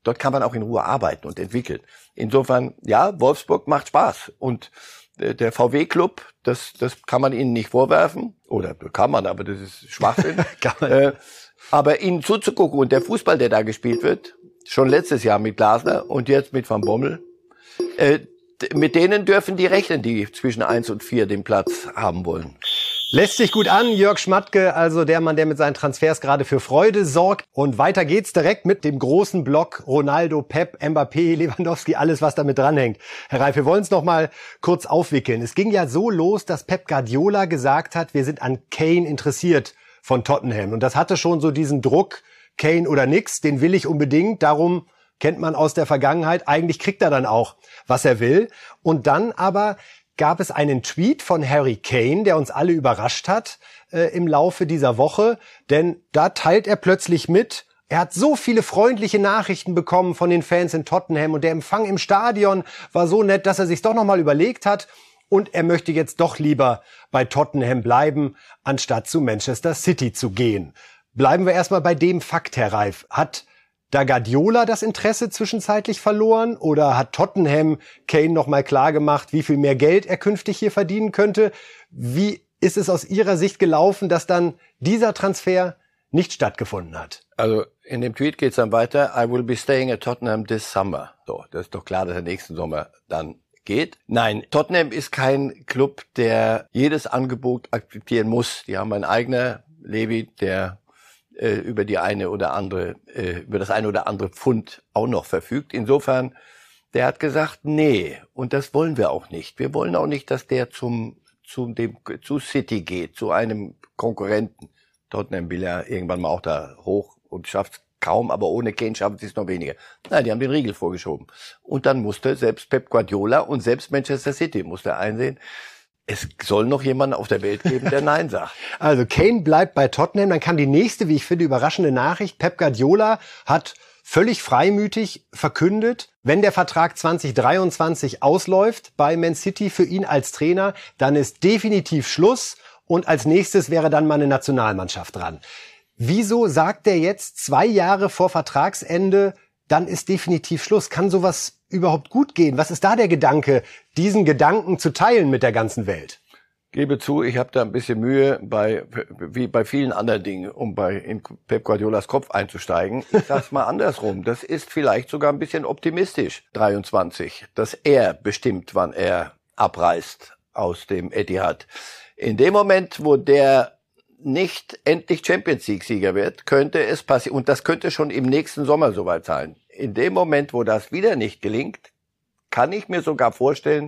dort kann man auch in Ruhe arbeiten und entwickeln. Insofern, ja, Wolfsburg macht Spaß. Und äh, der V W-Club, das, das kann man ihnen nicht vorwerfen. Oder kann man, aber das ist Schwachsinn. kann man. Äh, aber ihnen zuzugucken und der Fußball, der da gespielt wird, schon letztes Jahr mit Glasner und jetzt mit Van Bommel, äh, mit denen dürfen die rechnen, die zwischen eins und vier den Platz haben wollen. Lässt sich gut an, Jörg Schmatke, also der Mann, der mit seinen Transfers gerade für Freude sorgt. Und weiter geht's direkt mit dem großen Block Ronaldo, Pep, Mbappé, Lewandowski, alles, was damit dranhängt. Herr Reif, wir wollen es noch mal kurz aufwickeln. Es ging ja so los, dass Pep Guardiola gesagt hat, wir sind an Kane interessiert von Tottenham. Und das hatte schon so diesen Druck, Kane oder nix, den will ich unbedingt. Darum kennt man aus der Vergangenheit, eigentlich kriegt er dann auch, was er will. Und dann aber gab es einen Tweet von Harry Kane, der uns alle überrascht hat äh, im Laufe dieser Woche. Denn da teilt er plötzlich mit, er hat so viele freundliche Nachrichten bekommen von den Fans in Tottenham und der Empfang im Stadion war so nett, dass er sich doch nochmal überlegt hat und er möchte jetzt doch lieber bei Tottenham bleiben, anstatt zu Manchester City zu gehen. Bleiben wir erstmal bei dem Fakt, Herr Reif. Hat da Guardiola das Interesse zwischenzeitlich verloren oder hat Tottenham Kane nochmal klar gemacht, wie viel mehr Geld er künftig hier verdienen könnte? Wie ist es aus Ihrer Sicht gelaufen, dass dann dieser Transfer nicht stattgefunden hat? Also in dem Tweet geht's dann weiter. I will be staying at Tottenham this summer. So, das ist doch klar, dass er nächsten Sommer dann geht. Nein, Tottenham ist kein Club, der jedes Angebot akzeptieren muss. Die haben einen eigenen Levy, der über die eine oder andere, über das eine oder andere Pfund auch noch verfügt. Insofern, der hat gesagt, nee, und das wollen wir auch nicht. Wir wollen auch nicht, dass der zum, zu dem, zu City geht, zu einem Konkurrenten. Tottenham will ja irgendwann mal auch da hoch und schafft es kaum, aber ohne Kane schaffen sie es noch weniger. Nein, die haben den Riegel vorgeschoben. Und dann musste selbst Pep Guardiola und selbst Manchester City musste einsehen, es soll noch jemanden auf der Welt geben, der Nein sagt. Also Kane bleibt bei Tottenham. Dann kam die nächste, wie ich finde, überraschende Nachricht. Pep Guardiola hat völlig freimütig verkündet, wenn der Vertrag zwanzig dreiundzwanzig ausläuft bei Man City für ihn als Trainer, dann ist definitiv Schluss und als nächstes wäre dann mal eine Nationalmannschaft dran. Wieso sagt er jetzt zwei Jahre vor Vertragsende, dann ist definitiv Schluss? Kann sowas überhaupt gut gehen? Was ist da der Gedanke, diesen Gedanken zu teilen mit der ganzen Welt? Gebe zu, ich habe da ein bisschen Mühe, bei wie bei vielen anderen Dingen, um bei in Pep Guardiolas Kopf einzusteigen. Ich sag's mal andersrum. Das ist vielleicht sogar ein bisschen optimistisch, dreiundzwanzig, dass er bestimmt, wann er abreist aus dem Etihad. In dem Moment, wo der nicht endlich Champions League Sieger wird, könnte es passieren, und das könnte schon im nächsten Sommer soweit sein. In dem Moment, wo das wieder nicht gelingt, kann ich mir sogar vorstellen,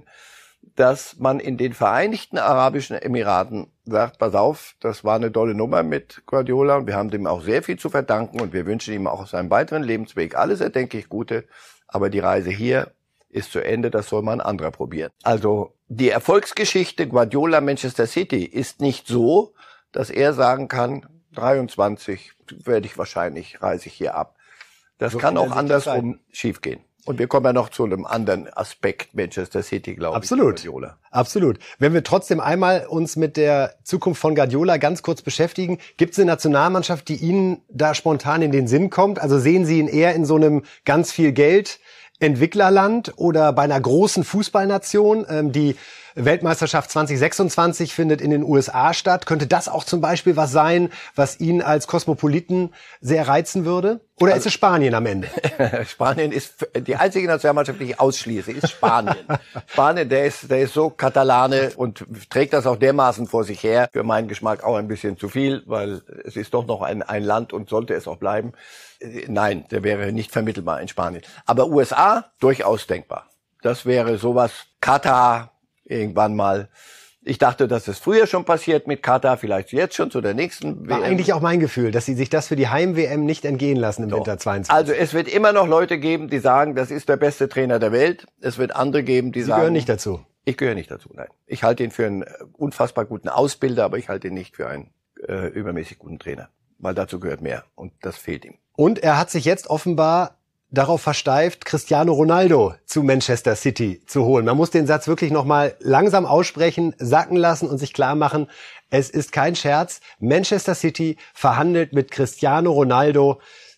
dass man in den Vereinigten Arabischen Emiraten sagt, pass auf, das war eine tolle Nummer mit Guardiola und wir haben dem auch sehr viel zu verdanken und wir wünschen ihm auch auf seinem weiteren Lebensweg alles erdenklich Gute, aber die Reise hier ist zu Ende, das soll mal ein anderer probieren. Also die Erfolgsgeschichte Guardiola Manchester City ist nicht so, dass er sagen kann, dreiundzwanzig werde ich wahrscheinlich, reise ich hier ab. Das so kann auch andersrum schiefgehen. Und wir kommen ja noch zu einem anderen Aspekt Manchester City, glaube Absolut. ich. Guardiola. Absolut. Wenn wir trotzdem einmal uns mit der Zukunft von Guardiola ganz kurz beschäftigen, gibt es eine Nationalmannschaft, die Ihnen da spontan in den Sinn kommt? Also sehen Sie ihn eher in so einem ganz viel Geld Entwicklerland oder bei einer großen Fußballnation? Ähm, die Weltmeisterschaft zwanzig sechsundzwanzig findet in den U S A statt. Könnte das auch zum Beispiel was sein, was ihn als Kosmopoliten sehr reizen würde? Oder also, ist es Spanien am Ende? Spanien ist die einzige Nationalmannschaft, die ich ausschließe, ist Spanien. Spanien, der ist, der ist so Katalane und trägt das auch dermaßen vor sich her. Für meinen Geschmack auch ein bisschen zu viel, weil es ist doch noch ein, ein Land und sollte es auch bleiben. Nein, der wäre nicht vermittelbar in Spanien. Aber U S A durchaus denkbar. Das wäre sowas, Katar irgendwann mal. Ich dachte, dass es früher schon passiert mit Katar, vielleicht jetzt schon zu der nächsten War W M. Eigentlich auch mein Gefühl, dass sie sich das für die Heim-W M nicht entgehen lassen im so. Winter zweiundzwanzig. Also es wird immer noch Leute geben, die sagen, das ist der beste Trainer der Welt. Es wird andere geben, die Sie sagen... Sie gehören nicht dazu? Ich gehöre nicht dazu, nein. Ich halte ihn für einen unfassbar guten Ausbilder, aber ich halte ihn nicht für einen äh, übermäßig guten Trainer. Weil dazu gehört mehr und das fehlt ihm. Und er hat sich jetzt offenbar darauf versteift, Cristiano Ronaldo zu Manchester City zu holen. Man muss den Satz wirklich nochmal langsam aussprechen, sacken lassen und sich klar machen, es ist kein Scherz. Manchester City verhandelt mit Cristiano Ronaldo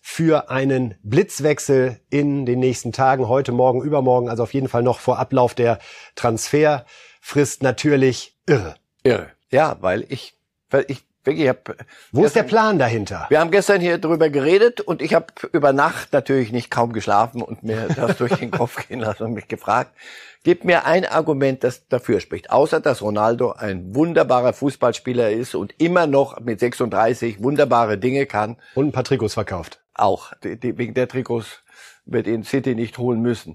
für einen Blitzwechsel in den nächsten Tagen, heute, morgen, übermorgen, also auf jeden Fall noch vor Ablauf der Transferfrist natürlich irre. Irre. Ja, weil ich, weil ich wirklich hab, Wo ist der Plan dahinter? Wir haben gestern hier drüber geredet und ich habe über Nacht natürlich nicht kaum geschlafen und mir das durch den Kopf gehen lassen und mich gefragt, gib mir ein Argument, das dafür spricht, außer dass Ronaldo ein wunderbarer Fußballspieler ist und immer noch mit sechsunddreißig wunderbare Dinge kann. Und ein paar Trikots verkauft. Auch. Die, die, wegen der Trikots wird ihn City nicht holen müssen.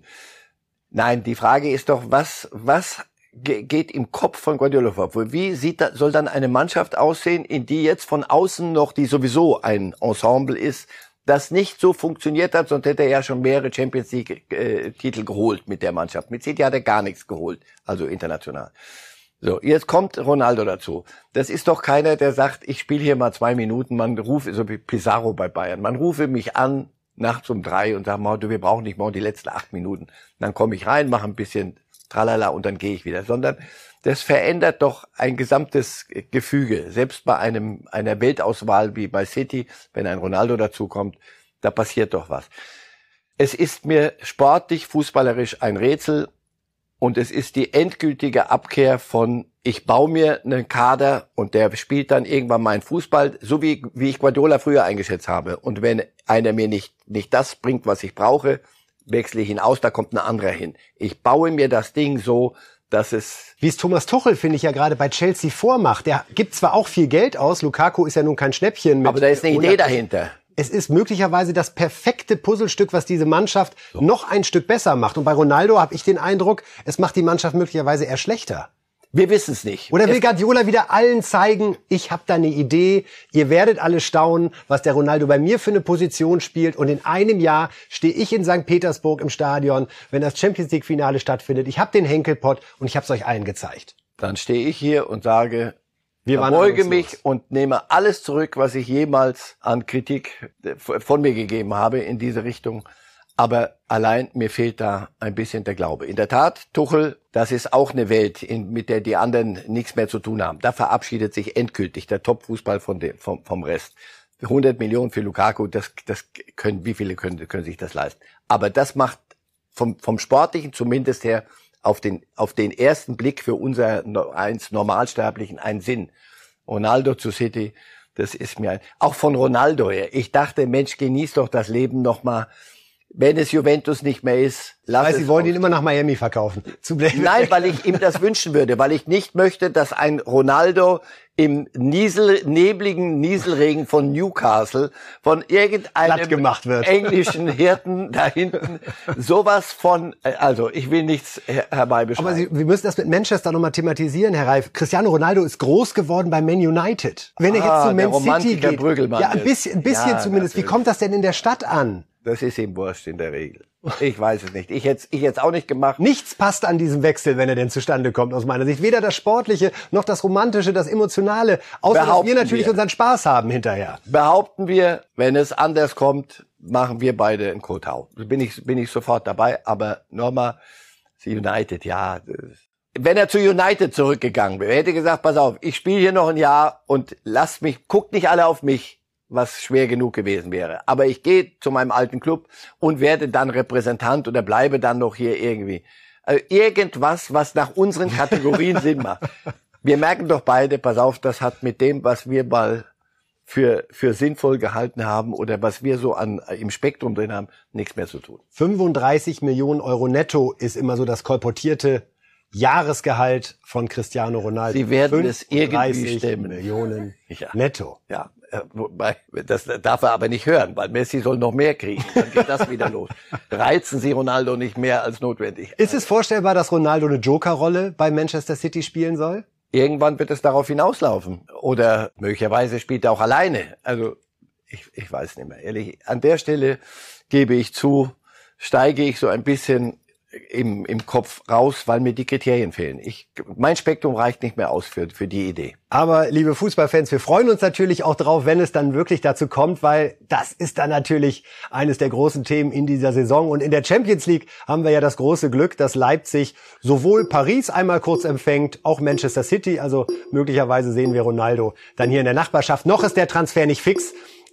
Nein, die Frage ist doch, was, was geht im Kopf von Guardiola vor? Wie sieht da, soll dann eine Mannschaft aussehen, in die jetzt von außen noch, die sowieso ein Ensemble ist, das nicht so funktioniert hat, sonst hätte er ja schon mehrere Champions League-Titel geholt mit der Mannschaft. Mit City hat er gar nichts geholt, also international. So, jetzt kommt Ronaldo dazu. Das ist doch keiner, der sagt, ich spiele hier mal zwei Minuten, man rufe, so wie Pizarro bei Bayern, man rufe mich an nachts um drei und sagt, du, wir brauchen nicht mal die letzten acht Minuten. Dann komme ich rein, mache ein bisschen tralala und dann gehe ich wieder. Sondern das verändert doch ein gesamtes Gefüge. Selbst bei einem einer Weltauswahl wie bei City, wenn ein Ronaldo dazukommt, da passiert doch was. Es ist mir sportlich, fußballerisch ein Rätsel und es ist die endgültige Abkehr von, ich baue mir einen Kader und der spielt dann irgendwann meinen Fußball, so wie wie ich Guardiola früher eingeschätzt habe. Und wenn einer mir nicht nicht das bringt, was ich brauche, wechsle ich ihn aus, da kommt ein anderer hin. Ich baue mir das Ding so, dass es... Wie es Thomas Tuchel, finde ich, ja gerade bei Chelsea vormacht. Der gibt zwar auch viel Geld aus, Lukaku ist ja nun kein Schnäppchen. Mit aber da ist eine Idee dahinter. Es ist möglicherweise das perfekte Puzzlestück, was diese Mannschaft so noch ein Stück besser macht. Und bei Ronaldo habe ich den Eindruck, es macht die Mannschaft möglicherweise eher schlechter. Wir wissen es nicht. Oder will Guardiola wieder allen zeigen, ich habe da eine Idee, ihr werdet alle staunen, was der Ronaldo bei mir für eine Position spielt. Und in einem Jahr stehe ich in Sankt Petersburg im Stadion, wenn das Champions-League-Finale stattfindet. Ich habe den Henkelpott und ich habe es euch allen gezeigt. Dann stehe ich hier und sage, wir beuge mich und nehme alles zurück, was ich jemals an Kritik von mir gegeben habe in diese Richtung. Aber allein mir fehlt da ein bisschen der Glaube. In der Tat, Tuchel, das ist auch eine Welt, in, mit der die anderen nichts mehr zu tun haben. Da verabschiedet sich endgültig der Top-Fußball von dem, vom, vom Rest. hundert Millionen für Lukaku, das, das können, wie viele können, können sich das leisten? Aber das macht vom, vom Sportlichen zumindest her auf den, auf den ersten Blick für unser eins Normalsterblichen einen Sinn. Ronaldo zu City, das ist mir, auch von Ronaldo her. Ich dachte, Mensch, genieß doch das Leben nochmal. Wenn es Juventus nicht mehr ist, lass weil es. Sie wollen aus. ihn immer nach Miami verkaufen. Zu Nein, weil ich ihm das wünschen würde, weil ich nicht möchte, dass ein Ronaldo im Niesel, nebligen Nieselregen von Newcastle von irgendeinem gemacht wird. englischen Hirten da hinten sowas von, also ich will nichts herbeibeschreiben. Aber Sie, wir müssen das mit Manchester nochmal thematisieren, Herr Reif. Cristiano Ronaldo ist groß geworden bei Man United. Wenn er Ah, jetzt der zu Man City Romantiker geht, Brüggelmann ja, ein ist. bisschen, ein bisschen Ja, zumindest. Wie natürlich. kommt das denn in der Stadt an? Das ist ihm wurscht in der Regel. Ich weiß es nicht. Ich hätte ich hätte es auch nicht gemacht. Nichts passt an diesem Wechsel, wenn er denn zustande kommt, aus meiner Sicht. Weder das Sportliche, noch das Romantische, das Emotionale. Außer, dass Behaupten wir natürlich wir. unseren Spaß haben hinterher. Behaupten wir, wenn es anders kommt, machen wir beide einen Kotau. Bin ich, bin ich sofort dabei. Aber nochmal, United, ja. Wenn er zu United zurückgegangen wäre, hätte gesagt, pass auf, ich spiele hier noch ein Jahr und lasst mich, guckt nicht alle auf mich, was schwer genug gewesen wäre. Aber ich gehe zu meinem alten Club und werde dann Repräsentant oder bleibe dann noch hier irgendwie. Also irgendwas, was nach unseren Kategorien Sinn macht. Wir merken doch beide, pass auf, das hat mit dem, was wir mal für für sinnvoll gehalten haben oder was wir so an im Spektrum drin haben, nichts mehr zu tun. fünfunddreißig Millionen Euro netto ist immer so das kolportierte Jahresgehalt von Cristiano Ronaldo. Sie werden es irgendwie fünfunddreißig stemmen. Millionen Ja. netto. Ja, äh, wobei, das darf er aber nicht hören, weil Messi soll noch mehr kriegen. Dann geht das wieder los. Reizen Sie Ronaldo nicht mehr als notwendig. Ist es vorstellbar, dass Ronaldo eine Jokerrolle bei Manchester City spielen soll? Irgendwann wird es darauf hinauslaufen. Oder möglicherweise spielt er auch alleine. Also ich, ich weiß nicht mehr. Ehrlich, an der Stelle gebe ich zu, steige ich so ein bisschen im, im Kopf raus, weil mir die Kriterien fehlen. Ich, mein Spektrum reicht nicht mehr aus für, für die Idee. Aber, liebe Fußballfans, wir freuen uns natürlich auch drauf, wenn es dann wirklich dazu kommt, weil das ist dann natürlich eines der großen Themen in dieser Saison. Und in der Champions League haben wir ja das große Glück, dass Leipzig sowohl Paris einmal kurz empfängt, auch Manchester City. Also möglicherweise sehen wir Ronaldo dann hier in der Nachbarschaft. Noch ist der Transfer nicht fix.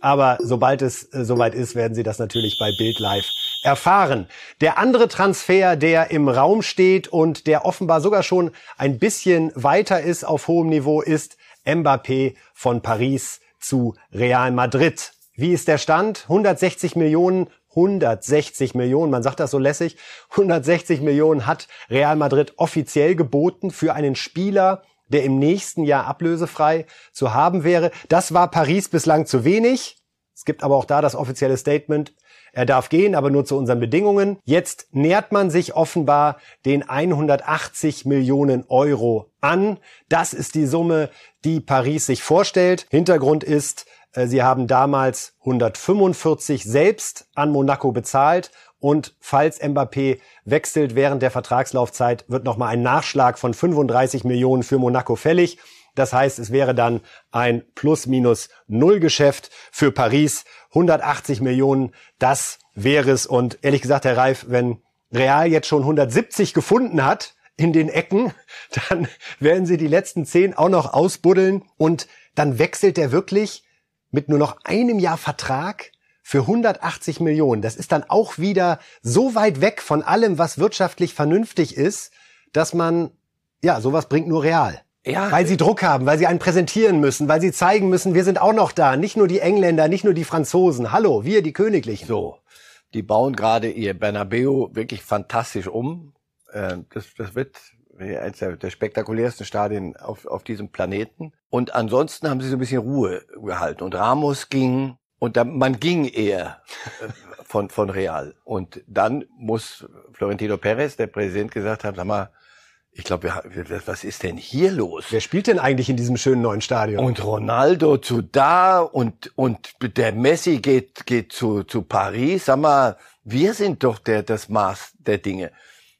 Aber sobald es äh, soweit ist, werden Sie das natürlich bei Bild Live erfahren. Der andere Transfer, der im Raum steht und der offenbar sogar schon ein bisschen weiter ist auf hohem Niveau, ist Mbappé von Paris zu Real Madrid. Wie ist der Stand? hundertsechzig Millionen, hundertsechzig Millionen, man sagt das so lässig, hundertsechzig Millionen hat Real Madrid offiziell geboten für einen Spieler, der im nächsten Jahr ablösefrei zu haben wäre. Das war Paris bislang zu wenig. Es gibt aber auch da das offizielle Statement, er darf gehen, aber nur zu unseren Bedingungen. Jetzt nähert man sich offenbar den hundertachtzig Millionen Euro an. Das ist die Summe, die Paris sich vorstellt. Hintergrund ist, sie haben damals hundertfünfundvierzig selbst an Monaco bezahlt. Und falls Mbappé wechselt während der Vertragslaufzeit, wird nochmal ein Nachschlag von fünfunddreißig Millionen für Monaco fällig. Das heißt, es wäre dann ein Plus-Minus-Null-Geschäft für Paris. hundertachtzig Millionen, das wäre es. Und ehrlich gesagt, Herr Reif, wenn Real jetzt schon hundertsiebzig gefunden hat in den Ecken, dann werden sie die letzten zehn auch noch ausbuddeln. Und dann wechselt er wirklich mit nur noch einem Jahr Vertrag für hundertachtzig Millionen. Das ist dann auch wieder so weit weg von allem, was wirtschaftlich vernünftig ist, dass man, ja, sowas bringt nur Real. Ja. Weil sie Druck haben, weil sie einen präsentieren müssen, weil sie zeigen müssen, wir sind auch noch da. Nicht nur die Engländer, nicht nur die Franzosen. Hallo, wir, die Königlichen. So, die bauen gerade ihr Bernabeu wirklich fantastisch um. Das, das wird eines der, der spektakulärsten Stadien auf, auf diesem Planeten. Und ansonsten haben sie so ein bisschen Ruhe gehalten. Und Ramos ging, und da, man ging eher von, von Real. Und dann muss Florentino Perez, der Präsident, gesagt haben, sag mal, ich glaube, was ist denn hier los? Wer spielt denn eigentlich in diesem schönen neuen Stadion? Und Ronaldo zu da und und der Messi geht geht zu zu Paris. Sag mal, wir sind doch der das Maß der Dinge.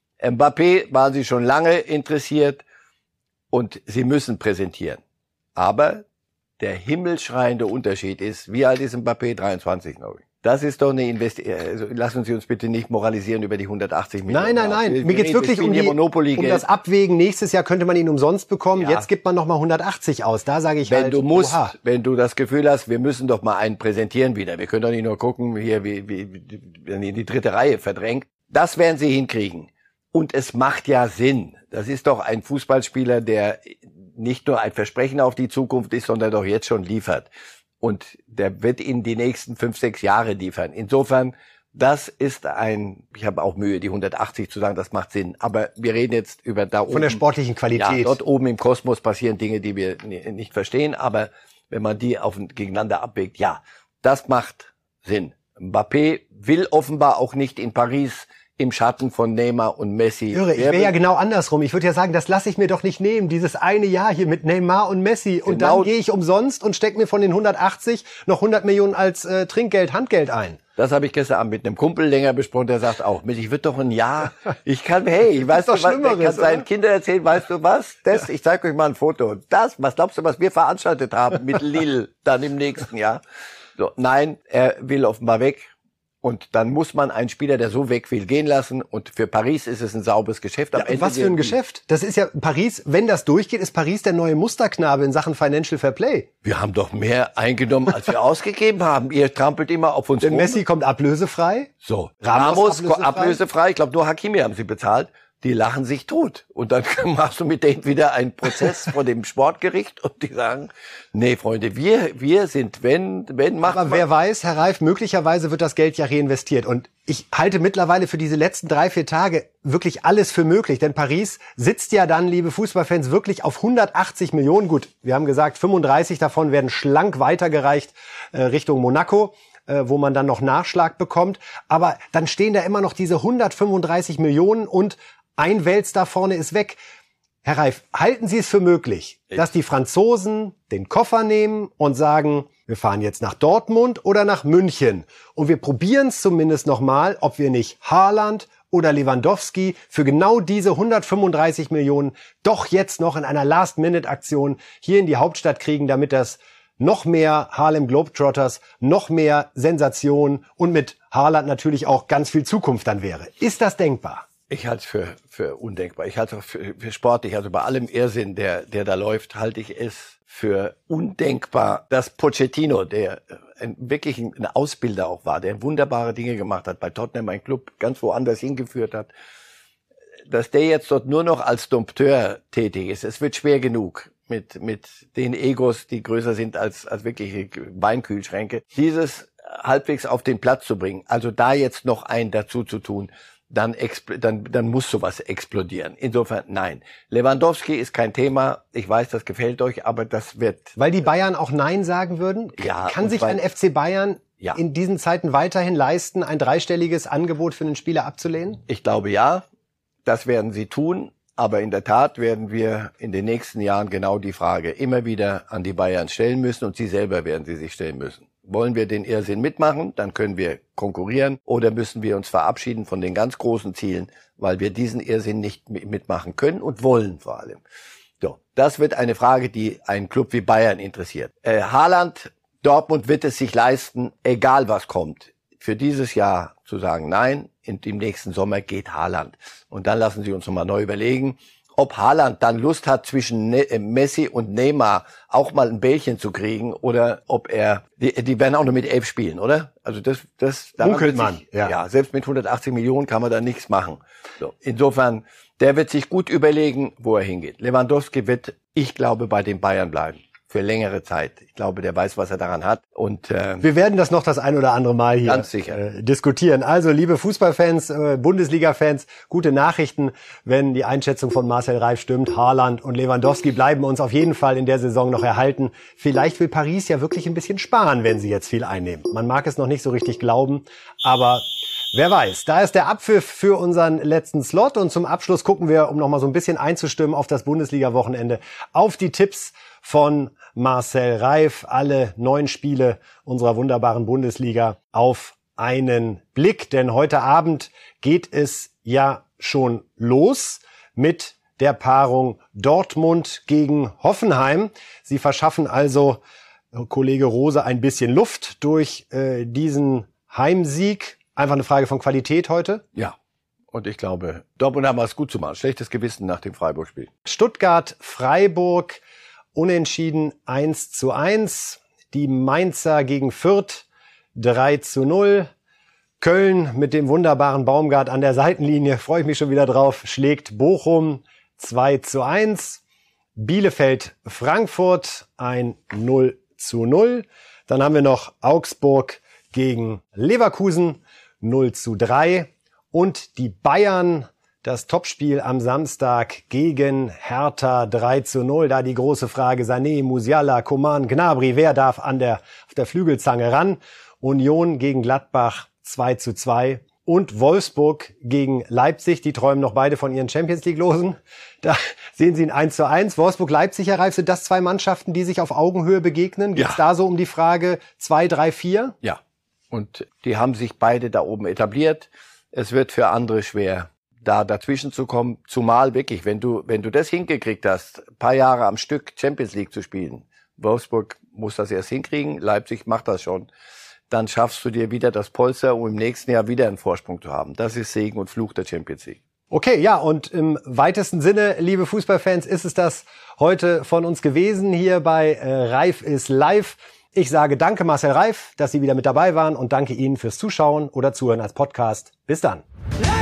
Mbappé waren sie schon lange interessiert und sie müssen präsentieren. Aber der himmelschreiende Unterschied ist, wie alt ist Mbappé? dreiundzwanzig, glaube ich. Das ist doch eine Investition. Also lassen Sie uns bitte nicht moralisieren über die hundertachtzig Millionen. Nein, nein, nein. Wir, Mir geht's wirklich um, die, um das Abwägen. Nächstes Jahr könnte man ihn umsonst bekommen. Ja. Jetzt gibt man noch mal hundertachtzig aus. Da sage ich wenn halt, du musst, oha. Wenn du das Gefühl hast, wir müssen doch mal einen präsentieren wieder. Wir können doch nicht nur gucken, hier wie wie, wie in die dritte Reihe verdrängt. Das werden sie hinkriegen. Und es macht ja Sinn. Das ist doch ein Fußballspieler, der nicht nur ein Versprechen auf die Zukunft ist, sondern doch jetzt schon liefert. Und der wird Ihnen die nächsten fünf, sechs Jahre liefern. Insofern, das ist ein, ich habe auch Mühe, die hundertachtzig zu sagen, das macht Sinn. Aber wir reden jetzt über da oben. Von der sportlichen Qualität. Ja, dort oben im Kosmos passieren Dinge, die wir nicht verstehen. Aber wenn man die auf, gegeneinander abwägt, ja, das macht Sinn. Mbappé will offenbar auch nicht in Paris im Schatten von Neymar und Messi. Irre, ich wäre ja genau andersrum. Ich würde ja sagen, das lasse ich mir doch nicht nehmen, dieses eine Jahr hier mit Neymar und Messi. Und genau. Dann gehe ich umsonst und stecke mir von den hundertachtzig noch hundert Millionen als äh, Trinkgeld, Handgeld ein. Das habe ich gestern Abend mit einem Kumpel länger besprochen, der sagt auch, ich würde doch ein Jahr, ich kann, hey, weißt du was, der kann seinen Kindern erzählen, weißt du was, das, ich zeige euch mal ein Foto. Das, was glaubst du, was wir veranstaltet haben mit Lille dann im nächsten Jahr? So, nein, er will offenbar weg. Und dann muss man einen Spieler, der so weg will, gehen lassen. Und für Paris ist es ein sauberes Geschäft. Am ja, Ende was für ein Geschäft? Das ist ja Paris, wenn das durchgeht, ist Paris der neue Musterknabe in Sachen Financial Fair Play. Wir haben doch mehr eingenommen, als wir ausgegeben haben. Ihr trampelt immer auf uns Denn rum. Messi kommt ablösefrei. So, Ramos, Ramos ablösefrei. ablösefrei. Ich glaube, nur Hakimi haben sie bezahlt. Die lachen sich tot. Und dann machst du mit denen wieder einen Prozess vor dem Sportgericht und die sagen, nee, Freunde, wir, wir sind, wenn, wenn, machen Aber wer weiß, Herr Reif, möglicherweise wird das Geld ja reinvestiert. Und ich halte mittlerweile für diese letzten drei, vier Tage wirklich alles für möglich. Denn Paris sitzt ja dann, liebe Fußballfans, wirklich auf hundertachtzig Millionen. Gut, wir haben gesagt, fünfunddreißig davon werden schlank weitergereicht äh, Richtung Monaco, äh, wo man dann noch Nachschlag bekommt. Aber dann stehen da immer noch diese hundertfünfunddreißig Millionen und ein Weltstar vorne ist weg. Herr Reif, halten Sie es für möglich, ich. dass die Franzosen den Koffer nehmen und sagen, wir fahren jetzt nach Dortmund oder nach München und wir probieren es zumindest nochmal, ob wir nicht Haaland oder Lewandowski für genau diese hundertfünfunddreißig Millionen doch jetzt noch in einer Last-Minute-Aktion hier in die Hauptstadt kriegen, damit das noch mehr Harlem Globetrotters, noch mehr Sensation und mit Haaland natürlich auch ganz viel Zukunft dann wäre. Ist das denkbar? Ich halte es für, für undenkbar. Ich halte es für, für sportlich. Also bei allem Irrsinn, der, der da läuft, halte ich es für undenkbar, dass Pochettino, der ein, wirklich ein Ausbilder auch war, der wunderbare Dinge gemacht hat, bei Tottenham einen Club ganz woanders hingeführt hat, dass der jetzt dort nur noch als Dompteur tätig ist. Es wird schwer genug mit, mit den Egos, die größer sind als, als wirkliche Weinkühlschränke, dieses halbwegs auf den Platz zu bringen. Also da jetzt noch einen dazu zu tun, dann, dann, dann muss sowas explodieren. Insofern, nein. Lewandowski ist kein Thema. Ich weiß, das gefällt euch, aber das wird... Weil die Bayern auch Nein sagen würden? Ja, kann sich ein F C Bayern ja. in diesen Zeiten weiterhin leisten, ein dreistelliges Angebot für einen Spieler abzulehnen? Ich glaube, ja. Das werden sie tun. Aber in der Tat werden wir in den nächsten Jahren genau die Frage immer wieder an die Bayern stellen müssen und sie selber werden sie sich stellen müssen. Wollen wir den Irrsinn mitmachen, dann können wir konkurrieren, oder müssen wir uns verabschieden von den ganz großen Zielen, weil wir diesen Irrsinn nicht mitmachen können und wollen vor allem. So, das wird eine Frage, die einen Club wie Bayern interessiert. Äh, Haaland, Dortmund wird es sich leisten, egal was kommt, für dieses Jahr zu sagen, nein, in, im nächsten Sommer geht Haaland. Und dann lassen Sie uns nochmal neu überlegen, ob Haaland dann Lust hat, zwischen ne- Messi und Neymar auch mal ein Bällchen zu kriegen, oder ob er, die, die werden auch nur mit elf spielen, oder? Also das, das, munkelt man. Ja. ja, selbst mit hundertachtzig Millionen kann man da nichts machen. So, insofern, der wird sich gut überlegen, wo er hingeht. Lewandowski wird, ich glaube, bei den Bayern bleiben. Für längere Zeit. Ich glaube, der weiß, was er daran hat. Und äh, wir werden das noch das ein oder andere Mal hier ganz sicher. Äh, diskutieren. Also, liebe Fußballfans, äh, Bundesliga-Fans, gute Nachrichten, wenn die Einschätzung von Marcel Reif stimmt. Haaland und Lewandowski bleiben uns auf jeden Fall in der Saison noch erhalten. Vielleicht will Paris ja wirklich ein bisschen sparen, wenn sie jetzt viel einnehmen. Man mag es noch nicht so richtig glauben, aber wer weiß. Da ist der Abpfiff für unseren letzten Slot. Und zum Abschluss gucken wir, um noch mal so ein bisschen einzustimmen auf das Bundesliga-Wochenende, auf die Tipps von Marcel Reif, alle neun Spiele unserer wunderbaren Bundesliga auf einen Blick. Denn heute Abend geht es ja schon los mit der Paarung Dortmund gegen Hoffenheim. Sie verschaffen also Kollege Rose ein bisschen Luft durch äh, diesen Heimsieg. Einfach eine Frage von Qualität heute. Ja. Und ich glaube, Dortmund haben es gut zu machen. Schlechtes Gewissen nach dem Freiburg-Spiel. Stuttgart, Freiburg, unentschieden eins zu eins. Die Mainzer gegen Fürth drei zu null. Köln mit dem wunderbaren Baumgart an der Seitenlinie, freue ich mich schon wieder drauf, schlägt Bochum zwei zu eins. Bielefeld, Frankfurt ein null zu null. Dann haben wir noch Augsburg gegen Leverkusen null zu drei. Und die Bayern, das Topspiel am Samstag gegen Hertha drei zu null. Da die große Frage: Sané, Musiala, Coman, Gnabry, wer darf an der, auf der Flügelzange ran? Union gegen Gladbach zwei zu zwei. Und Wolfsburg gegen Leipzig. Die träumen noch beide von ihren Champions-League-Losen. Da sehen Sie ein eins zu eins. Wolfsburg-Leipzig, Herr Reif, sind das zwei Mannschaften, die sich auf Augenhöhe begegnen? Geht's ja da so um die Frage zwei, drei, vier? Ja. Und die haben sich beide da oben etabliert. Es wird für andere schwer, da dazwischen zu kommen, zumal wirklich, wenn du, wenn du das hingekriegt hast, ein paar Jahre am Stück Champions League zu spielen, Wolfsburg muss das erst hinkriegen, Leipzig macht das schon, dann schaffst du dir wieder das Polster, um im nächsten Jahr wieder einen Vorsprung zu haben. Das ist Segen und Fluch der Champions League. Okay, ja, und im weitesten Sinne, liebe Fußballfans, ist es das heute von uns gewesen hier bei äh, Reif ist live. Ich sage danke Marcel Reif, dass Sie wieder mit dabei waren, und danke Ihnen fürs Zuschauen oder Zuhören als Podcast. Bis dann.